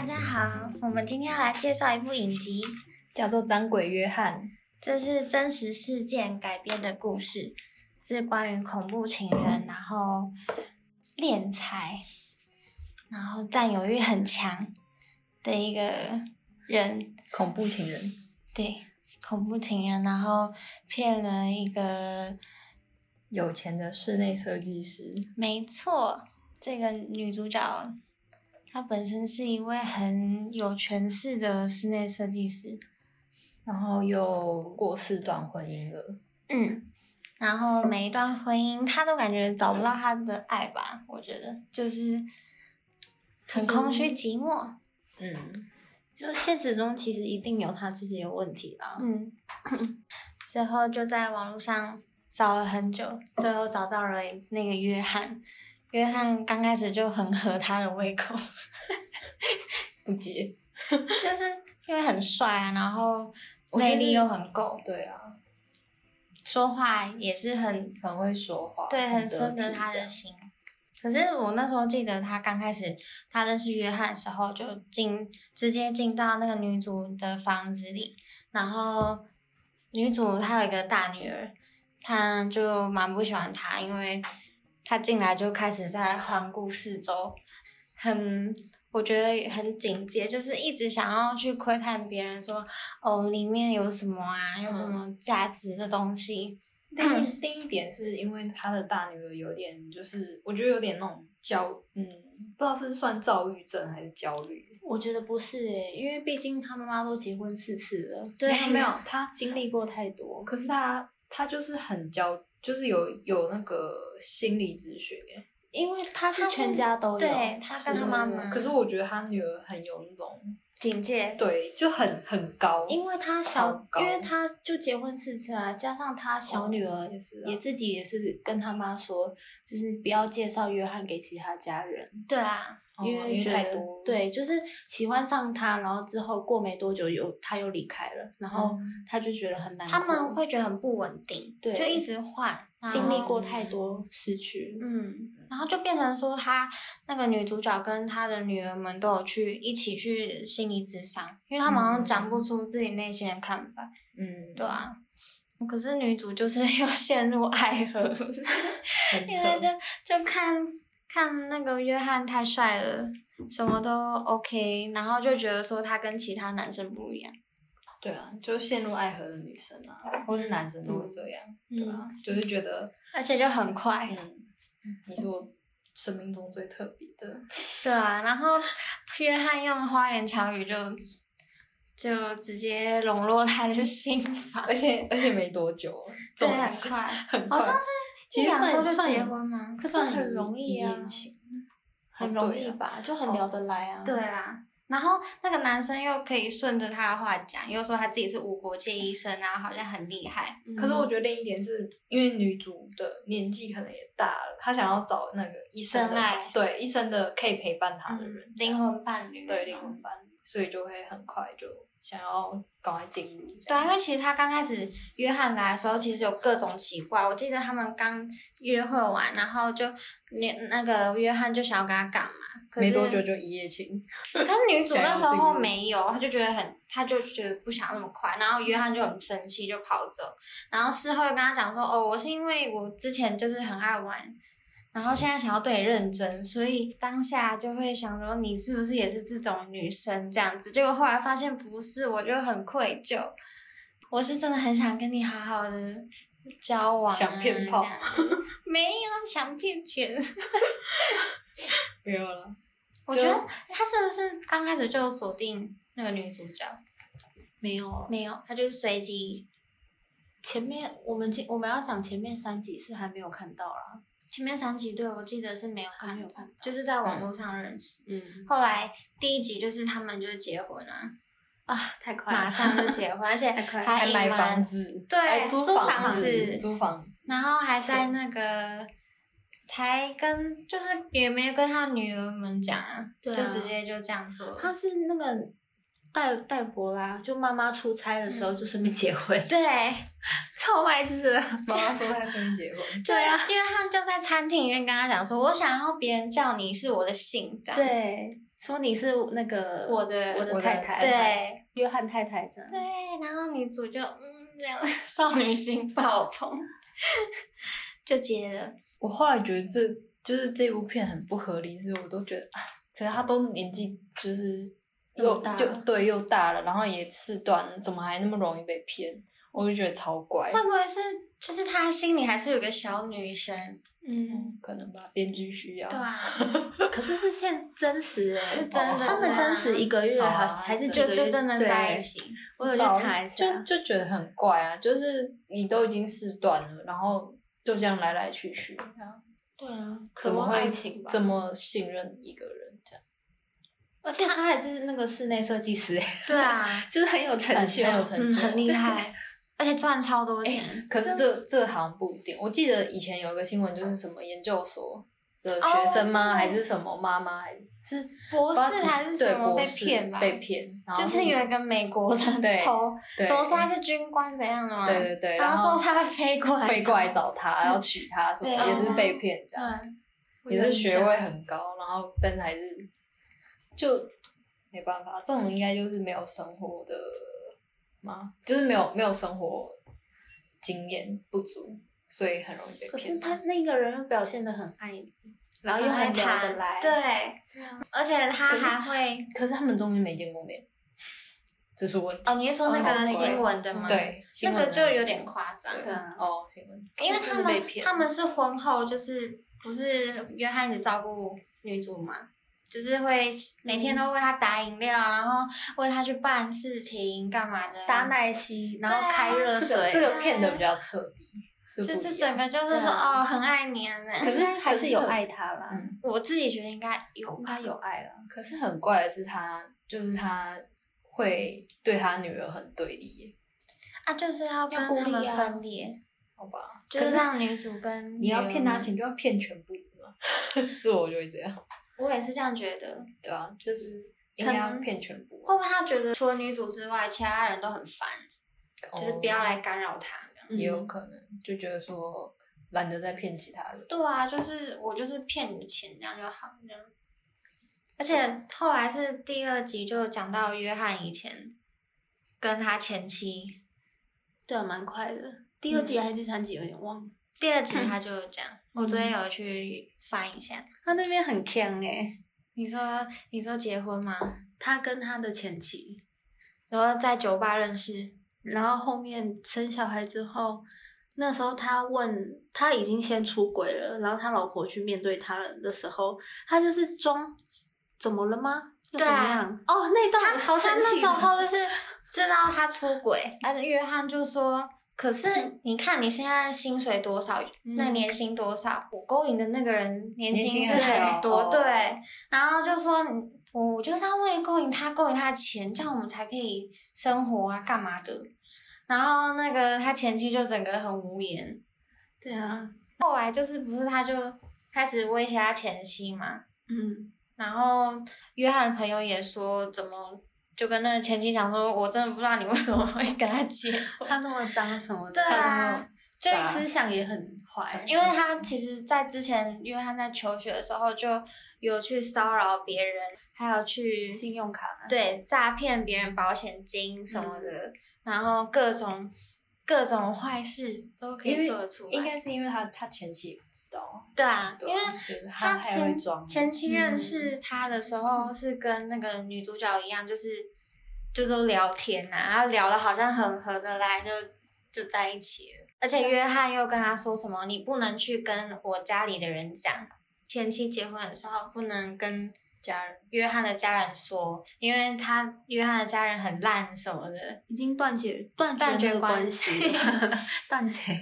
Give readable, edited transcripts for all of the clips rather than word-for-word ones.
家好，我们今天要来介绍一部影集， 叫做《掌鬼约翰》。 这是真实事件改编的故事，是关于恐怖情人，然后敛财，然后占有欲很强的一个人。 恐怖情人。 对，恐怖情人，然后骗了一个有钱的室内设计师。 没错，这个女主角她本身是一位很有权势的室内设计师， 然后又过4段婚姻了。 然后每一段婚姻她都感觉找不到她的爱吧，我觉得就是很空虚寂寞。 就现实中其实一定有他自己的问题啦。 之后就在网络上找了很久，最后找到了那个约翰。约翰刚开始就很合他的胃口， 不接， 就是因为很帅啊，然后魅力又很够， 对啊， 说话也是很会说话， 对，很深得他的心。可是我那时候记得他刚开始他认识约翰的时候，就直接进到那个女主的房子里，然后女主她有一个大女儿，她就蛮不喜欢他，因为他进来就开始在环顾四周，我觉得很警戒，就是一直想要去窥探别人说里面有什么啊，有什么价值的东西。 另一点是因为他的大女儿有点就是我觉得有点那种不知道是算躁郁症还是焦虑。 我觉得不是因为毕竟他妈妈都结婚4次了， 对， 没有他经历过太多。 可是他就是很就是有那个心理咨询因为他是全家都有， 对，他跟他妈妈。 可是我觉得他女儿很有那种警戒， 对，就很高， 因为他就结婚4次啊，加上他小女儿也自己也是跟他妈说，就是不要介绍约翰给其他家人。 对啊， 因为觉得对，就是喜欢上他，然后之后过没多久他又离开了，然后他就觉得很难过。 他们会觉得很不稳定， 对， 就一直换， 经历过太多失去， 然后就变成说他那个女主角跟她的女儿们都有一起去心理咨商，因为他们好像讲不出自己内心的看法，对啊。可是女主就是又陷入爱河，因为就看那个约翰太帅了，什么都 OK， 然后就觉得说他跟其他男生不一样。 对啊，就陷入爱河的女生啊，或是男生都会这样，对啊，就是觉得， 而且就很快。 你是我生命中最特别的。 对啊，然后约翰用花言巧语就直接笼络他的心房， 而且没多久， 对，很快，好像是1-2周就结婚吗？ 可是很容易啊，很容易吧，就很聊得来啊。 对啊。然后那个男生又可以顺着他的话讲，又说他自己是无国界医生，然后好像很厉害。 可是我觉得另一点是因为女主的年纪可能也大了，她想要找那个一生的爱，对，一生的可以陪伴她的人， 灵魂伴侣， 对，灵魂伴侣，所以就会很快就想要赶快进入。 对，因为其实他刚开始约翰来的时候，其实有各种奇怪。我记得他们刚约会完，然后就那个约翰就想要跟他干嘛，可是没多久就一夜情。 可是女主那时候没有，他就觉得不想那么快，然后约翰就很生气，就跑走。然后事后又跟他讲说，我是因为我之前就是很爱玩。然后现在想要对你认真，所以当下就会想说你是不是也是这种女生这样子，结果后来发现不是，我就很愧疚。我是真的很想跟你好好的交往， 想骗炮， 没有想骗钱， 没有了。 我觉得他是不是刚开始就锁定那个女主角？ 没有， 他就是随机。 前面我们要讲前面3集是还没有看到啦。 前面3集对我记得是没有看到，就是在网络上认识。后来第1集就是他们就是结婚啊，太快了， 马上就结婚，而且还买房子， 对，租房子， 然后还在那个还就是也没有跟他女儿们讲就直接就这样做了。 他是那个戴博拉，就妈妈出差的时候就顺便结婚， 对， 超白痴的。 妈妈说她顺便结婚， 对啊，因为他就在餐厅里面跟他讲说，我想要别人叫你是我的姓，这样。 对， 说你是那个我的太太， 对， 约翰太太这样。 对，然后女主就这样少女心爆棚，就接了。 我后来觉得就是这部片很不合理，是我都觉得啊，可是他都年纪就是又大了，然后也四段了，怎么还那么容易被骗？我就觉得超怪。 会不会是就是他心里还是有个小女生？ 可能吧，编剧需要。 对啊， 可是真实哎， 是真的， 他们真实1个月还是就真的在一起。 我有去查一下， 就觉得很怪啊，就是你都已经四段了，然后就这样来来去去， 对啊， 怎么会爱情吧？ 这么信任一个人这样？ 而且他还是那个室内设计师， 对啊， 就是很有成就， 很厉害。而且赚超多钱， 可是这好像不一定。我记得以前有一个新闻，就是什么研究所的学生吗？还是什么妈妈？还是博士还是什么被骗吧？ 被骗， 就是有一个美国的头，什么说他是军官怎样的嘛？ 对， 然后说他会飞过来找他，要娶他，什么也是被骗这样，也是学位很高，然后但是还是就没办法，这种应该就是没有生活的。就是没有生活经验不足，所以很容易被骗。 可是他那个人又表现得很爱你，然后又很聊得来， 对，而且他还会。 可是他们中间没见过面，这是问题。 哦，你是说那个新闻的吗？ 对， 那个就有点夸张。 新闻。 因为他们是婚后，就是不是约翰一直照顾女主嘛？就是会每天都为他打饮料，然后为他去办事情，干嘛的？ 打奶昔，然后开热水。 这个骗的比较彻底， 就是整个就是说很爱你啊。 可是还是有爱他啦。 我自己觉得应该有爱了。 可是很怪的是他会对他女儿很对立耶。 就是要跟他们分裂。 好吧。 就是让女主跟你要骗他钱，就要骗全部嘛。是我就会这样。 我也是这样觉得， 对啊，就是应该要骗全部。 会不会他觉得除了女主之外，其他人都很烦，就是不要来干扰他？ 也有可能就觉得说懒得再骗其他人。 对啊，就是我就是骗你的钱，这样就好这样。而且后来是第2集就讲到约翰以前跟他前妻， 对啊，蛮快的。第2集还是第3集有点忘了。 第2集他就有讲，我昨天有去翻一下， 他那边很强你说结婚吗？ 他跟他的前妻， 然后在酒吧认识， 然后后面生小孩之后，那时候他已经先出轨了，然后他老婆去面对他了的时候，他就是装怎么了吗？又怎么样？那段我超生气的。他那时候就是知道他出轨，约翰就说。可是你看你现在薪水多少，那年薪多少？我勾引的那个人年薪是很多，对。然后就说我就是要为勾引他的钱，这样我们才可以生活啊，干嘛的？然后那个他前妻就整个很无言。 对啊。 后来就是不是他就开始威胁他前妻嘛？然后约翰的朋友也说怎么。就跟那个前妻讲说，我真的不知道你为什么会跟他结婚， 他那么脏什么的， 对啊， 就思想也很坏。 因为他其实，在之前约翰在求学的时候，就有去骚扰别人，还有去信用卡对诈骗别人保险金什么的，然后各种坏事都可以做得出来。 应该是因为他前妻也不知道。 对啊，因为他前妻认识他的时候是跟那个女主角一样，就是聊天啊，然后聊得好像很合得来，就在一起了。而且约翰又跟他说什么，你不能去跟我家里的人讲，前妻结婚的时候不能跟约翰的家人说，因为约翰的家人很烂什么的， 已经断绝关系，断绝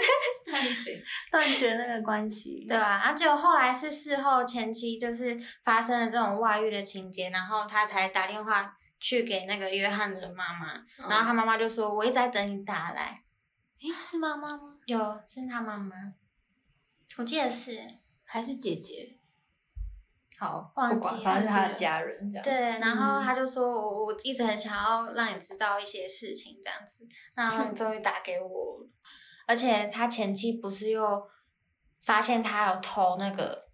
那个关系， 对吧？结果后来是事后前妻就是发生了这种外遇的情节，然后他才打电话去给那个约翰的妈妈，然后他妈妈就说：“我一直在等你打来。” 是妈妈吗？ 有，是他妈妈，我记得是还是姐姐。 好， 忘记了， 反正是他的家人这样。 对，然后他就说我一直很想要让你知道一些事情这样子，然后你终于打给我了。而且他前妻不是又发现他有偷那个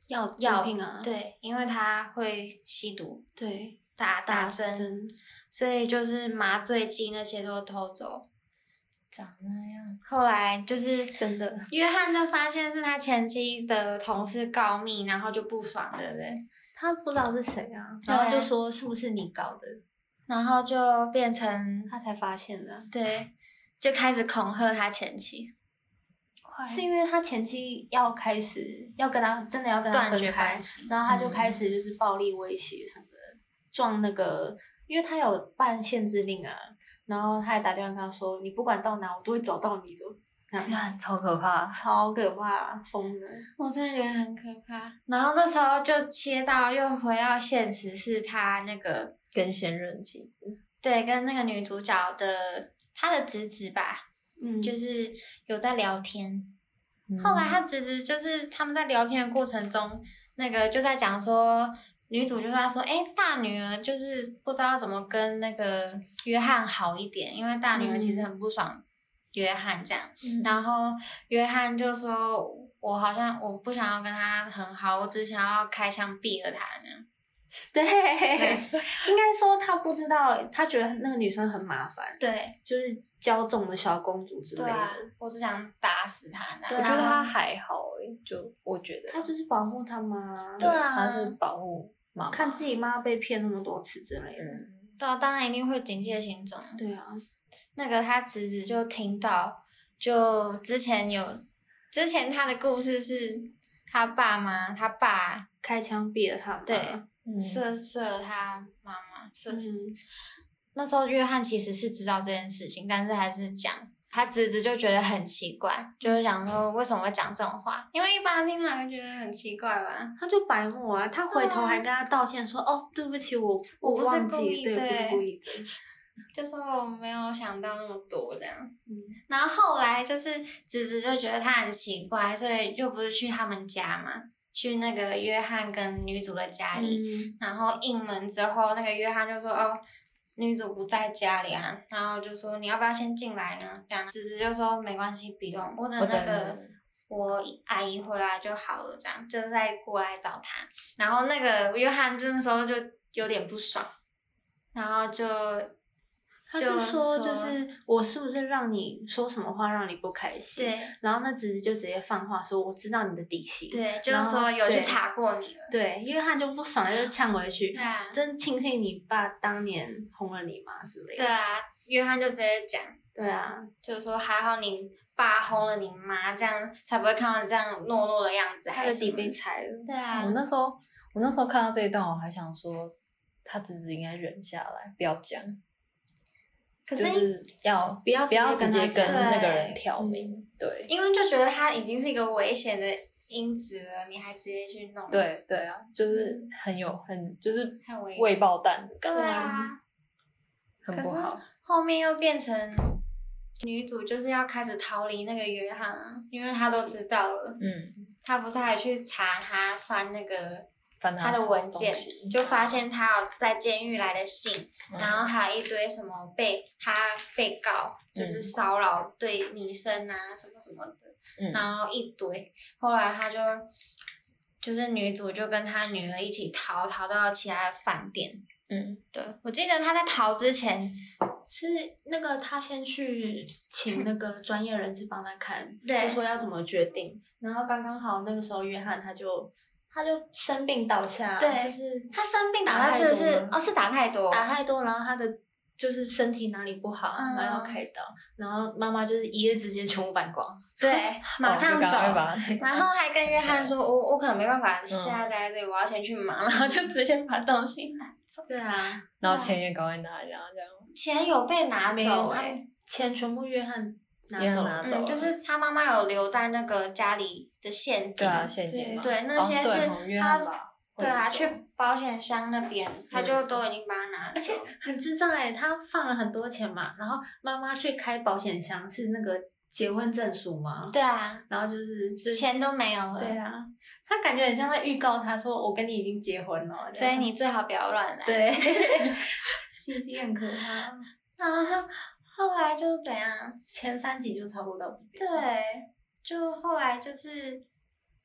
药品啊， 对，因为他会吸毒， 对， 打针，所以就是麻醉剂那些都偷走。 长那样， 后来就是真的， 约翰就发现是他前妻的同事告密，然后就不爽，对不对？ 他不知道是谁啊，然后就说是不是你搞的， 然后就变成他才发现的， 对，就开始恐吓他前妻。 是因为他前妻要开始真的要跟他断绝分开关系， 然后他就开始就是暴力威胁什么的，撞那个，因为他有办限制令啊，然后他还打电话跟他说，你不管到哪，我都会找到你的。 超可怕， 超可怕，疯了！ 我真的觉得很可怕。然后那时候就切到又回到现实，是他那个跟现任妻子， 对，跟那个女主角的他的侄子吧，就是有在聊天。后来他侄子就是他们在聊天的过程中，那个就在讲说，女主就跟他说，大女儿就是不知道怎么跟那个约翰好一点，因为大女儿其实很不爽约翰这样，然后约翰就说，我不想要跟他很好，我只想要开枪毙了他那样。 对，应该说他不知道，他觉得那个女生很麻烦， 对， 就是骄纵的小公主之类的。 对啊，我只想打死他那样。 我觉得他还好就我觉得他就是保护他妈， 对啊， 他是保护妈妈， 看自己妈被骗那么多次之类的。 对啊，当然一定会警戒心重。 对啊， 那个他侄子就听到，就之前他的故事是他爸开枪毙了他妈， 对，射了他妈妈，射死。那时候约翰其实是知道这件事情，但是还是讲，他侄子就觉得很奇怪，就是想说为什么会讲这种话，因为一般听他会觉得很奇怪吧。 他就白目啊，他回头还跟他道歉说，哦，对不起，我不是忘记， 故意， 对，不是故意的。 就说我没有想到那么多这样，然后后来就是侄子就觉得他很奇怪，所以就不是去他们家嘛，去那个约翰跟女主的家里，然后应门之后，那个约翰就说女主不在家里啊，然后就说你要不要先进来呢？这样侄子就说没关系，不用，我等那个我阿姨回来就好了，这样就再过来找他。然后那个约翰那时候就有点不爽，然后他是说，就是我是不是让你说什么话让你不开心？ 对， 然后那侄子就直接放话说，我知道你的底细。 对，就是说有去查过你了。 对，约翰就不爽，就呛回去。 对啊， 真庆幸你爸当年哄了你妈之类的。 对啊，约翰就直接讲。 对啊， 就是说还好你爸哄了你妈，这样才不会看到你这样懦弱的样子。 他的底被踩了。 对啊， 我那时候看到这一段，我还想说，他侄子应该忍下来，不要讲。 可是就是不要直接跟那个人挑明，对， 因为就觉得他已经是一个危险的因子了，你还直接去弄， 对啊，就是就是很危险， 未爆弹， 对啊， 很不好。 后面又变成女主就是要开始逃离那个约翰啊，因为他都知道了，他不是还去查他翻那个。他的文件就发现他有在监狱来的信，然后还有一堆什么他被告就是骚扰对女生啊什么什么的，然后一堆。后来他就是女主就跟他女儿一起逃到其他的饭店。对，我记得他在逃之前是那个他先去请那个专业人士帮他看，就说要怎么决定，然后刚刚好那个时候约翰他就生病倒下， 对， 就是他生病倒下是不是？是打太多， 然后他的就是身体哪里不好，然后要开刀，然后妈妈就是一夜之间全部搬光， 对，马上走，然后还跟约翰说，我可能没办法现在待在这里，我要先去忙，然后就直接把东西拿走。 对啊， 然后钱也赶快拿，这样。 钱有被拿走钱全部约翰拿走， 就是他妈妈有留在那个家里的现金， 现金对，那些是他，对啊，去保险箱那边，他就都已经把它拿走， 而且很智障他放了很多钱嘛，然后妈妈去开保险箱是那个结婚证书嘛， 对啊， 然后就是钱都没有了， 对啊，他感觉很像在预告他说我跟你已经结婚了， 所以你最好不要乱来， 对，心机很可怕， 然后后来就怎样？ 前3集就差不多到这边。 对，就后来就是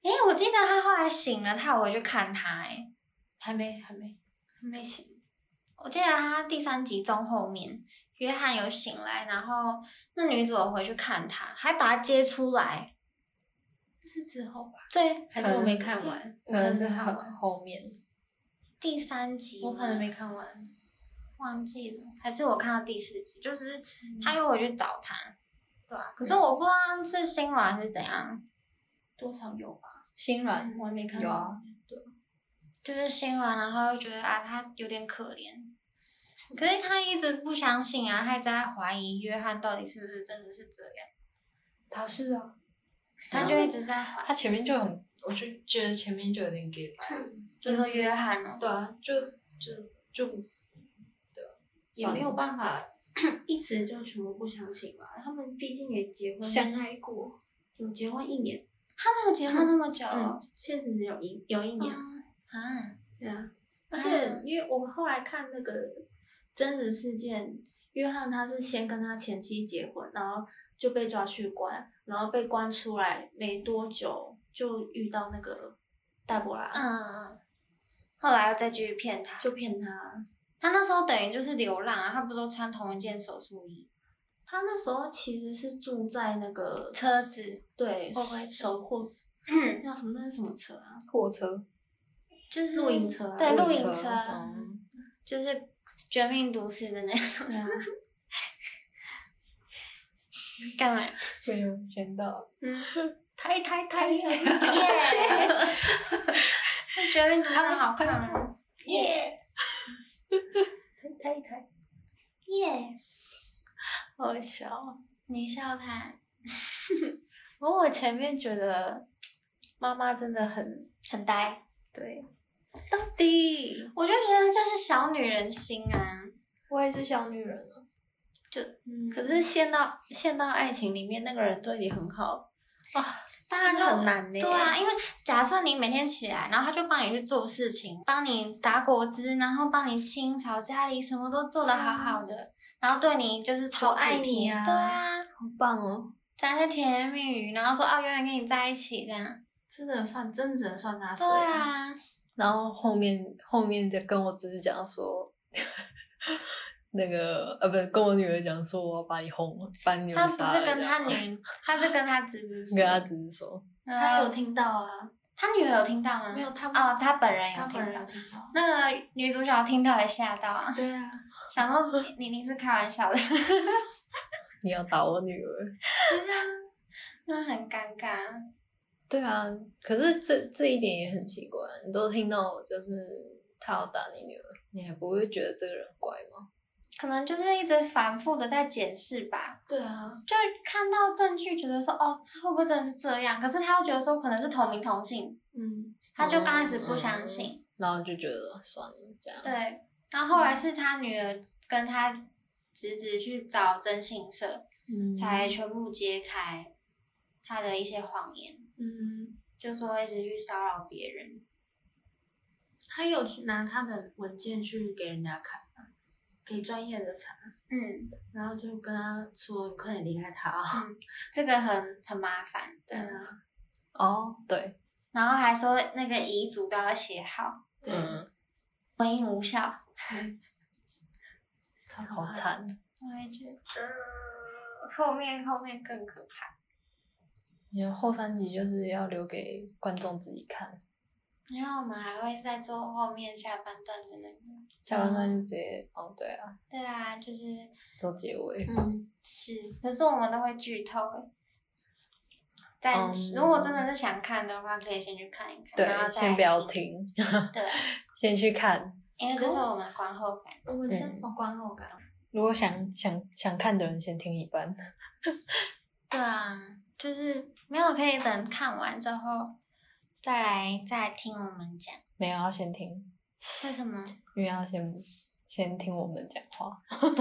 我记得他后来醒了，他有回去看他， 还没醒。 我记得他第3集中后面，约翰有醒来，然后那女主有回去看他，还把他接出来。 是之后吧？ 对， 还是我没看完？ 可能是很后面。 第3集我可能没看完， 忘记了，还是我看到第4集，就是他又回去找他，对啊。可是我不知道是心软是怎样， 多少有吧？ 心软我还没看完。 有啊， 对， 就是心软，然后又觉得他有点可怜，可是他一直不相信啊，他一直在怀疑约翰到底是不是真的是这样。 他是啊， 他就一直在怀疑。 他前面就很，我就觉得前面就有点给白， 就说约翰哦。 对啊，就对啊， 也没有办法一直就全部不相信吧。他们毕竟也结婚， 相爱过， 有结婚1年。 他们有结婚那么久？ 现实有1年。对啊，而且因为我后来看那个真实事件，约翰他是先跟他前妻结婚，然后就被抓去关，然后被关出来没多久就遇到那个黛博拉， 后来又再继续骗他， 就骗他。 他那时候等于就是流浪啊，他不都穿同一件手术衣？ 他那时候其实是住在那个车子， 对， 货柜车守货，那什么那是什么车啊？ 货车， 就是露营车啊对，露营露营车车， 就是《绝命毒师》的那种。 对啊， 干嘛？ 没有想到， 抬耶！那《绝命毒师》好看哦，耶抬， 耶！ 好笑。 你笑他我前面觉得妈妈真的很呆， 对，到底我就觉得就是小女人心啊， 我也是小女人啊， 就可是陷到爱情里面，那个人对你很好啊， 当然就很难呢。 对啊，因为假设你每天起来，然后他就帮你去做事情，帮你打果汁，然后帮你清扫家里，什么都做得好好的，然后对你就是超爱体贴， 你啊， 对啊， 好棒哦， 讲一些甜言蜜语，然后说永远跟你在一起这样， 真的只能算他对衰啊， 然后后面再跟我侄子讲说，那个不是跟我女儿讲说我要把你轰，把你女儿他杀了。 不是跟他是跟他侄子说， 跟他侄子说， 他有听到啊， 他女儿有听到吗？ 没有他他本人有他本人听到， 有听到， 那个女主角听到也吓到啊， 对啊， 想说你是开玩笑的， 你要打我女儿。 那很尴尬。 对啊，可是这一点也很奇怪，你都听到就是他要打你女儿，你还不会觉得这个人怪吗？ 可能就是一直反复的在检视吧， 对啊， 就看到证据，觉得说他会不会真的是这样？可是他又觉得说可能是同名同姓，他就刚开始不相信， 然后就觉得算了这样。 对，然后后来是他女儿跟他侄子去找征信社，才全部揭开他的一些谎言，就说一直去骚扰别人， 他有去拿他的文件去给人家看吗？给专业的查，然后就跟他说快点离开他这个很麻烦的， 对啊， 对， 然后还说那个遗嘱都要写好， 对， 婚姻无效， 好惨。 我也觉得后面更可怕。 然后后3集就是要留给观众自己看， 因为我们还会再做后面下半段的那个， 下半段就直接对啊， 对啊，就是做结尾。 是，可是我们都会剧透诶。但如果真的是想看的话，可以先去看一看，然后对， 再先不要听， 对， 先去看。 因为这是我们的观后感。 我们真观后感。 如果想看的人，先听一半。 对啊，就是没有可以等看完之后再来听我们讲。 没有要先听， 为什么？ 因为要先听我们讲话。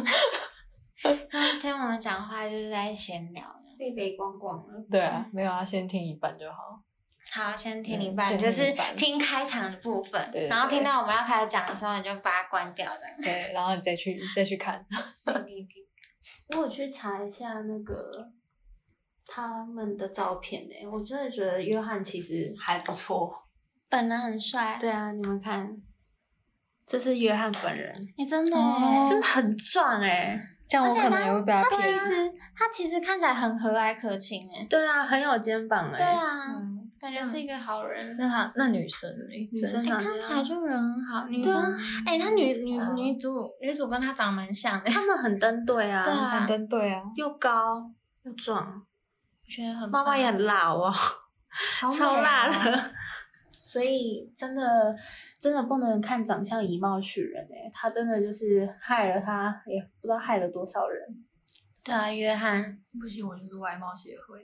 听我们讲话就是在闲聊的， 被雷光光了。 对啊，没有要先听一半就好。 好，先听一半，就是听开场的部分， 对， 然后听到我们要开始讲的时候，你就把它关掉的。 对，然后你再去看。 我有去查一下那个他们的照片呢，我真的觉得约翰其实还不错， 本人很帅。 对啊，你们看，这是约翰本人， 真的就是很壮这样我可能也会被他骗。 他其实看起来很和蔼可亲对啊，很有肩膀对啊，感觉是一个好人。 那女生女生看起来就人很好，女生她女主跟她长得蛮像的， 他们很登对啊， 对啊， 很登对啊， 又高又壮， 我觉得很妈妈也很辣哦，超辣的。所以真的不能看长相以貌取人他真的就是害了他，也不知道害了多少人。 对啊，约翰不行，我就是外貌协会。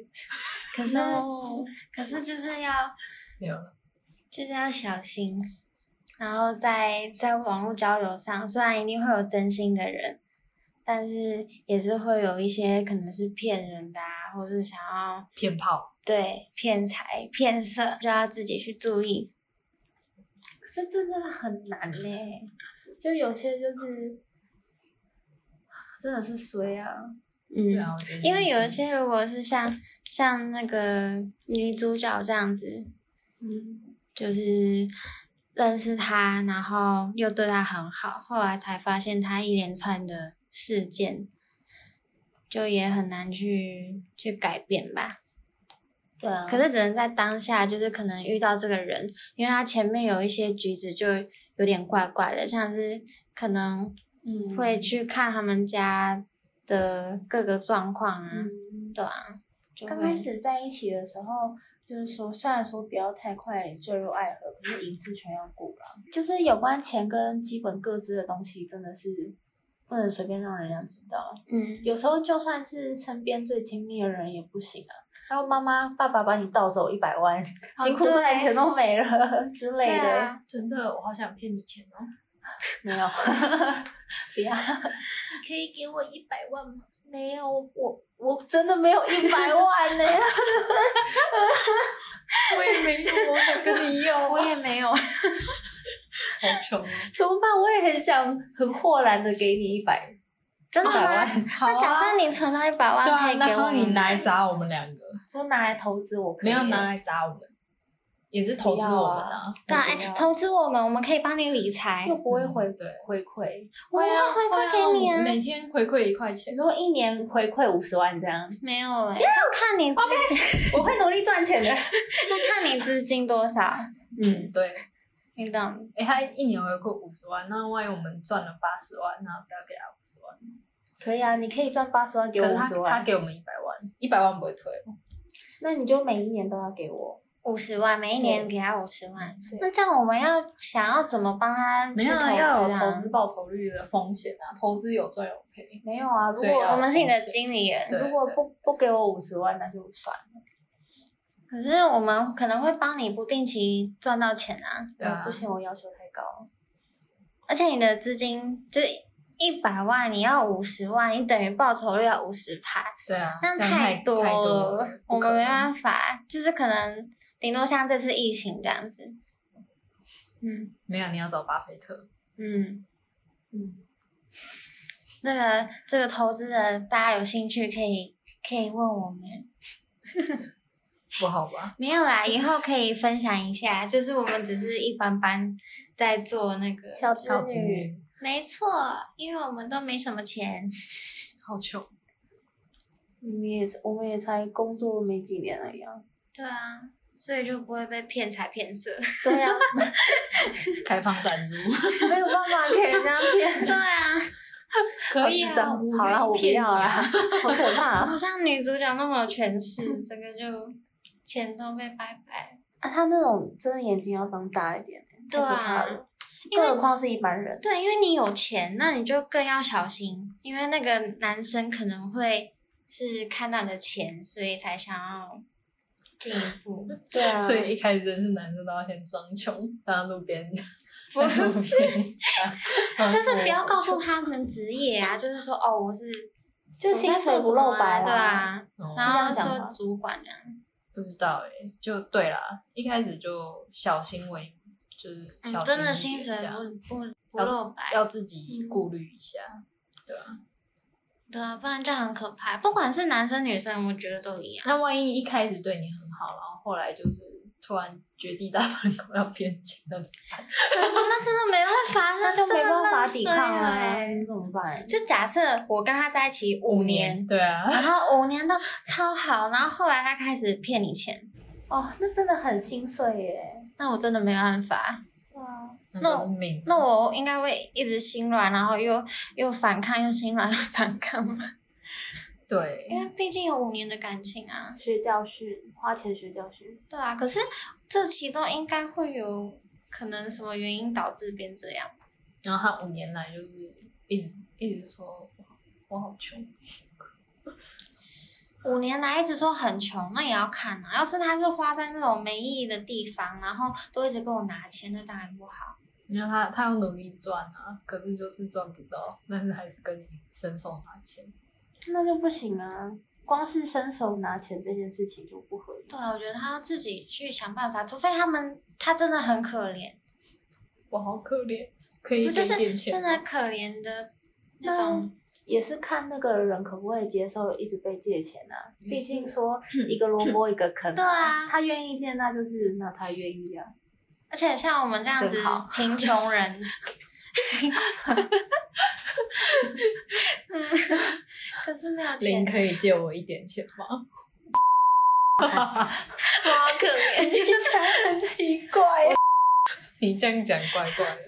可是就是要没有了， 就是要小心。然后在网络交友上，虽然一定会有真心的人，但是也是会有一些可能是骗人的啊，或是想要骗炮。 对，骗财骗色，就要自己去注意。 可是真的很难就有些就是真的是衰啊。 对啊， 因为有一些如果是像那个女主角这样子，就是认识他，然后又对他很好，后来才发现他一连串的事件，就也很难去改变吧。 对啊， 可是只能在当下，就是可能遇到这个人，因为他前面有一些举止就有点怪怪的，像是可能会去看他们家的各个状况啊，对啊。 刚开始在一起的时候，就是说，虽然说不要太快坠入爱河，可是隐私权要顾啦。就是有关钱跟基本个资的东西，真的是不能随便让人家知道。有时候就算是身边最亲密的人也不行啊。然后妈妈、爸爸把你盗走100万，辛苦赚的钱都没了之类的。 真的，我好想骗你钱哦。 没有，不要。 可以给我100万吗？ 没有，我真的没有100万呢。 我也没有，我想跟你要。 我也没有。 好穷。 怎么办？我也很想很豁然的给你100。 真的吗？那假设你存到100万，可以给我， 你拿来砸我们2个。 说拿来投资我可以， 没有拿来砸我们，也是投资我们啊。 对啊，投资我们可以帮你理财， 又不会回馈。 我会回馈给你啊， 每天回馈1块钱。 你说1年回馈50万这样？ 没有要看你资金。我会努力赚钱的。 要看你资金多少。 对。 你懂？ 他1年回馈50万，那万一我们赚了80万，那只要给他50万。 可以啊，你可以赚80万给我50万。 他给我们100万，100万不会退。 那你就每一年都要给我 50万，每一年给他50万。那这样我们想要怎么帮他去投资啊？ 要有投资报酬率的风险啊，投资有赚有赔。 没有啊，如果我们是你的经理人， 如果不给我50万，那就算了。 可是我们可能会帮你不定期赚到钱啊。 对啊，不行，我要求太高。 而且你的资金就是100万，你要50万，你等于报酬率要50%。 对啊， 那太多了，我们没办法，就是可能顶多像这次疫情这样子。 没有，你要找巴菲特。 这个投资的，大家有兴趣可以问我们。 不好吧？ 没有啦，以后可以分享一下，就是我们只是一般般在做那个小织女。 没错，因为我们都没什么钱， 好穷。 我们也才工作没几年而已啊。 对啊，所以就不会被骗财骗色。 对啊， 开放赞助， 没有办法给人家骗。 对啊， 可以啊。 好啦，我不要啦，好可怕。 不像女主角那么有权势，整个就钱都被拜拜。 他那种真的眼睛要张大一点， 对啊。 更何况是一般人。 对，因为你有钱，那你就更要小心，因为那个男生可能会是看到你的钱，所以才想要进一步。 对啊， 所以一开始认识男生都要先装穷，让路边。 不是，就是不要告诉他们职业啊，就是说我是就薪水不露白， 对啊，然后说主管这样。 不知道就对啦，一开始就小心为民。就是小心真的薪水不露白， 要自己顾虑一下，对啊。 对啊，不然就很可怕。不管是男生女生，我觉得都一样。 那万一一开始对你很好，然后后来就是突然绝地大反攻要偏激，那怎么办？ 那真的没办法， 那就没办法抵抗了啊！你怎么办？ 就假设我跟他在一起5年， 对啊， 然后5年都超好，然后后来他开始骗你钱， 哦，那真的很心碎耶。 那我真的没办法。 对啊， 那我应该会一直心软，然后又反抗，又心软又反抗嘛。 对， 因为毕竟有5年的感情啊， 学教训，花钱学教训。 对啊，可是这其中应该会有可能什么原因导致变这样。 然后他5年来就是一直说我好穷。 5年来一直说很穷，那也要看啊。要是他是花在那种没意义的地方，然后都一直跟我拿钱，那当然不好。 你看他要努力赚啊，可是就是赚不到，但是还是跟你伸手拿钱。 那就不行啊！光是伸手拿钱这件事情就不合理。 对啊，我觉得他要自己去想办法，除非他真的很可怜。 我好可怜，可以不就是点钱真的可怜的那种。 也是看那个人可不可以接受一直被借钱啊。毕竟说一个萝卜一个坑、啊。 对啊， 他愿意借，那他愿意啊。 而且像我们这样子贫穷人。可是没有钱。 您可以借我一点钱吗？ 我好可怜， 你讲很奇怪。 你这样讲怪怪的。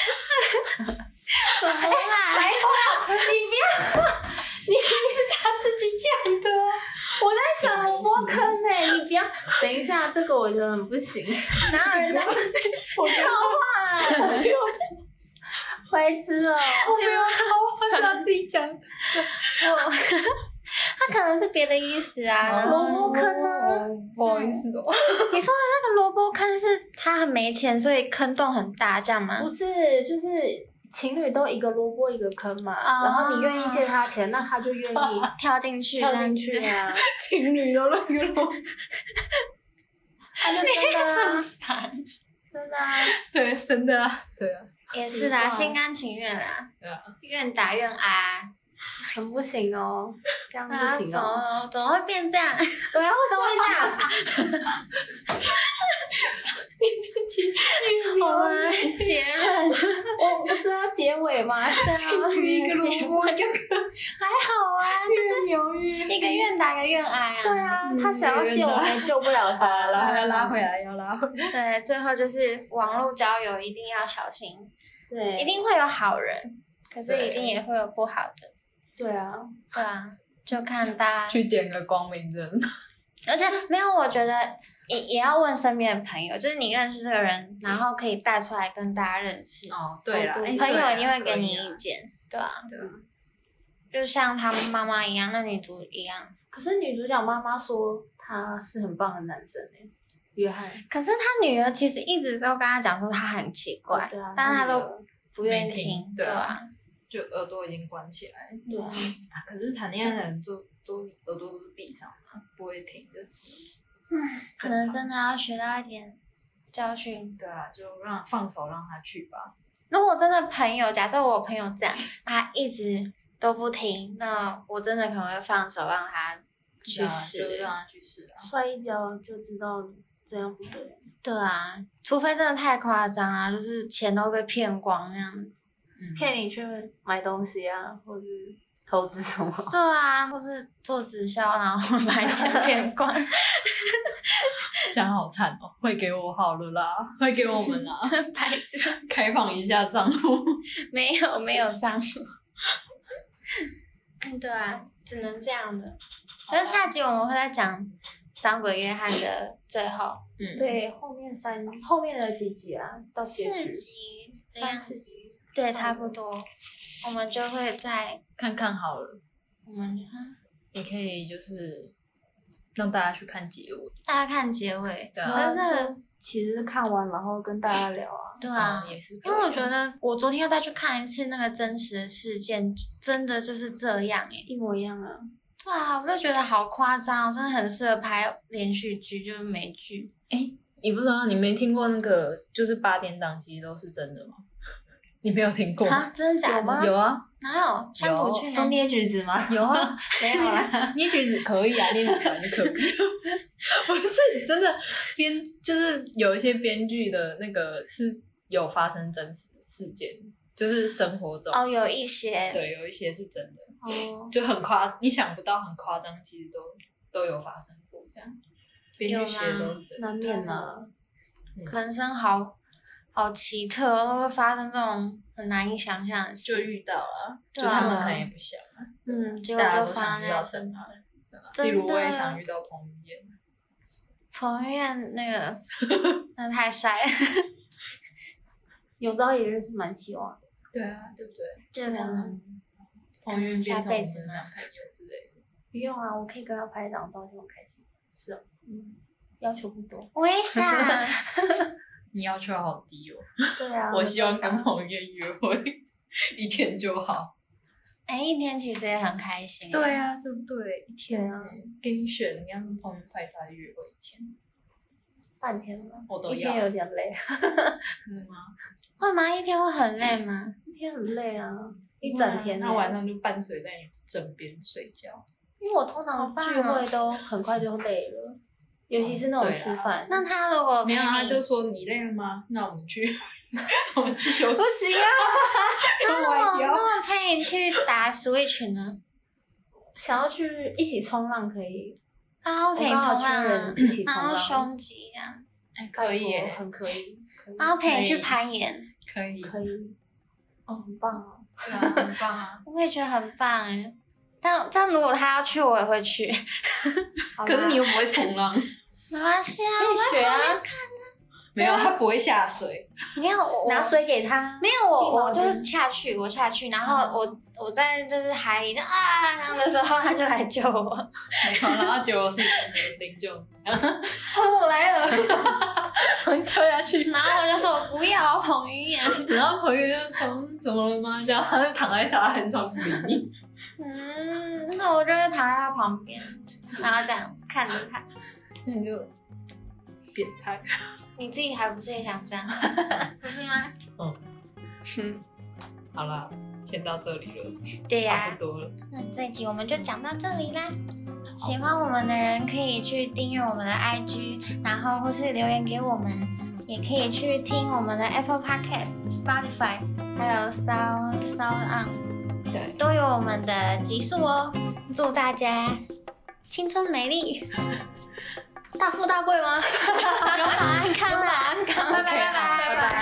什么啦？ 还好，你不要，你是他自己讲的。我在想萝卜坑呢，你不要。等一下，这个我觉得很不行。哪有人这样？我套话了。白痴哦！ 我没有套话，是他自己讲的。 他可能是别的意思啊。 萝卜坑呢？ 不好意思哦。 你说的那个萝卜坑是他很没钱，所以坑洞很大，这样吗？ 不是，就是情侣都一个萝卜一个坑嘛。然后你愿意借他钱，那他就愿意跳进去啊。 情侣都那个萝卜， 他就真的啊，真的啊， 对，真的啊，对啊。 也是啦，心甘情愿啦，愿打愿挨， 很不行哦，这样不行哦， 怎么会变这样？ 对啊，为什么会这样？ 你自己好了，结论， 我不是要结尾吗？ 情侣一个萝卜一个坑， 还好啊，就是一个愿打一个愿挨啊。 对啊，他想要救我们，救不了他， 然后要拉回来，要拉回来。 对，最后就是网络交友一定要小心。 对， 一定会有好人，可是一定也会有不好的。 对啊， 对啊，就看大家去点个光明灯。 而且没有，我觉得也要问身边的朋友，就是你认识这个人，然后可以带出来跟大家认识。 哦，对啦， 朋友一定会给你意见，对啊， 对啊， 就像他妈妈一样，那女主一样。 可是女主角妈妈说他是很棒的男生诶。约翰， 可是他女儿其实一直都跟他讲说他很奇怪， 对啊， 但是他都不愿意听，对啊， 就耳朵已经关起来， 对啊， 可是谈恋爱的人都耳朵都是闭上嘛，不会听的， 可能真的要学到一点教训， 对啊，就放手让他去吧。 如果真的朋友，假设我朋友这样，他一直都不听，那我真的可能会放手让他去试， 就让他去试啊， 摔一跤就知道。这样不对。 对啊，除非真的太夸张啊，就是钱都被骗光那样子， 骗你去买东西啊，或者投资什么？ 对啊，或是做直销，然后把钱骗光。 这样好惨哦！汇给我好了啦，汇给我们啦， 白痴， 开放一下账户。 没有账户。对啊，只能这样的。可是下集我们会再讲张鬼约翰的最后， 对，后面的几集啊，到结局 3、4集，对，差不多，我们就会再看看好了。 我们也可以就是让大家去看结尾， 大家看结尾， 对啊， 真的其实看完然后跟大家聊啊， 对啊， 也是， 因为我觉得我昨天又再去看一次那个真实的事件，真的就是这样一模一样啊。 对啊，我就觉得好夸张，真的很适合拍连续剧，就是美剧。 你不知道你没听过那个，就是8点档其实都是真的吗？ 你没有听过啊？真的假的？ 有啊， 哪有乡土剧？ 说捏橘子吗？ 有啊， 没有啦， 捏橘子可以啊，捏橘子就可以。不是真的就是有一些编剧的那个是有发生真实事件，就是生活中有一些， 对，有一些是真的， 就很你想不到很夸张，其实都有发生过这样。编剧写的都是真的， 难免啊。 人生好奇特，都会发生这种很难以想象的事， 就遇到了，就他们可能也不想啊。 结果就发生在身旁。例如我也想遇到彭于晏。 彭于晏那太帅了， 有朝一日是蛮希望的。 对啊，对不对？ 就可能彭于晏下辈子男朋友之类的。 不用啦，我可以跟他拍一张照就很开心。 是啊， 要求不多。 我也想。 你要求好低哦。 对啊。 我希望跟彭于晏约会1天就好。 1天其实也很开心。 对啊，对不对？1天啊， 给你选，你要跟彭于晏拍才约会1天。 半天吗？ 我都要。 1天有点累。 吗？ 会吗？1天会很累吗 ？1天很累啊，一整天。 那晚上就伴随在你枕边睡觉。 因为我通常聚会都很快就累了，尤其是那种吃饭。 那他如果没有，他就说你累了吗？那我们去休息。 不行啊！ 那我陪你去打 Switch 呢？ 想要去一起冲浪可以。 我陪你冲浪， 一起冲浪， 然后胸肌这样。 可以耶， 很可以。 然后陪你去攀岩。 可以。 很棒哦。 对啊，很棒啊！ 我也觉得很棒哎。但如果他要去，我也会去。 可是你又不会冲浪。 没关系啊， 可以学啊。 没有，他不会下水。 没有，我拿水给他。 没有，我就是下去，然后我在就是海里的时候，他就来救我。 没有，然后结果是零救你。我来了，跳下去。 然后我就说我不要彭于晏。 然后彭于晏就说怎么了吗？这样他就躺在沙滩上不理你。 那我就会躺在他旁边，然后这样看着他。 那你就变态。 你自己还不是也想这样，不是吗？ 好啦，先到这里了。 对呀， 差不多了。 那这一集我们就讲到这里啦。喜欢我们的人可以去订阅我们的 IG， 然后或是留言给我们，也可以去听我们的 Apple Podcast、Spotify， 还有 Sound On， 对， 都有我们的集数哦。祝大家青春美丽， 大富大贵吗？ 永保安康啦！拜拜拜拜拜拜。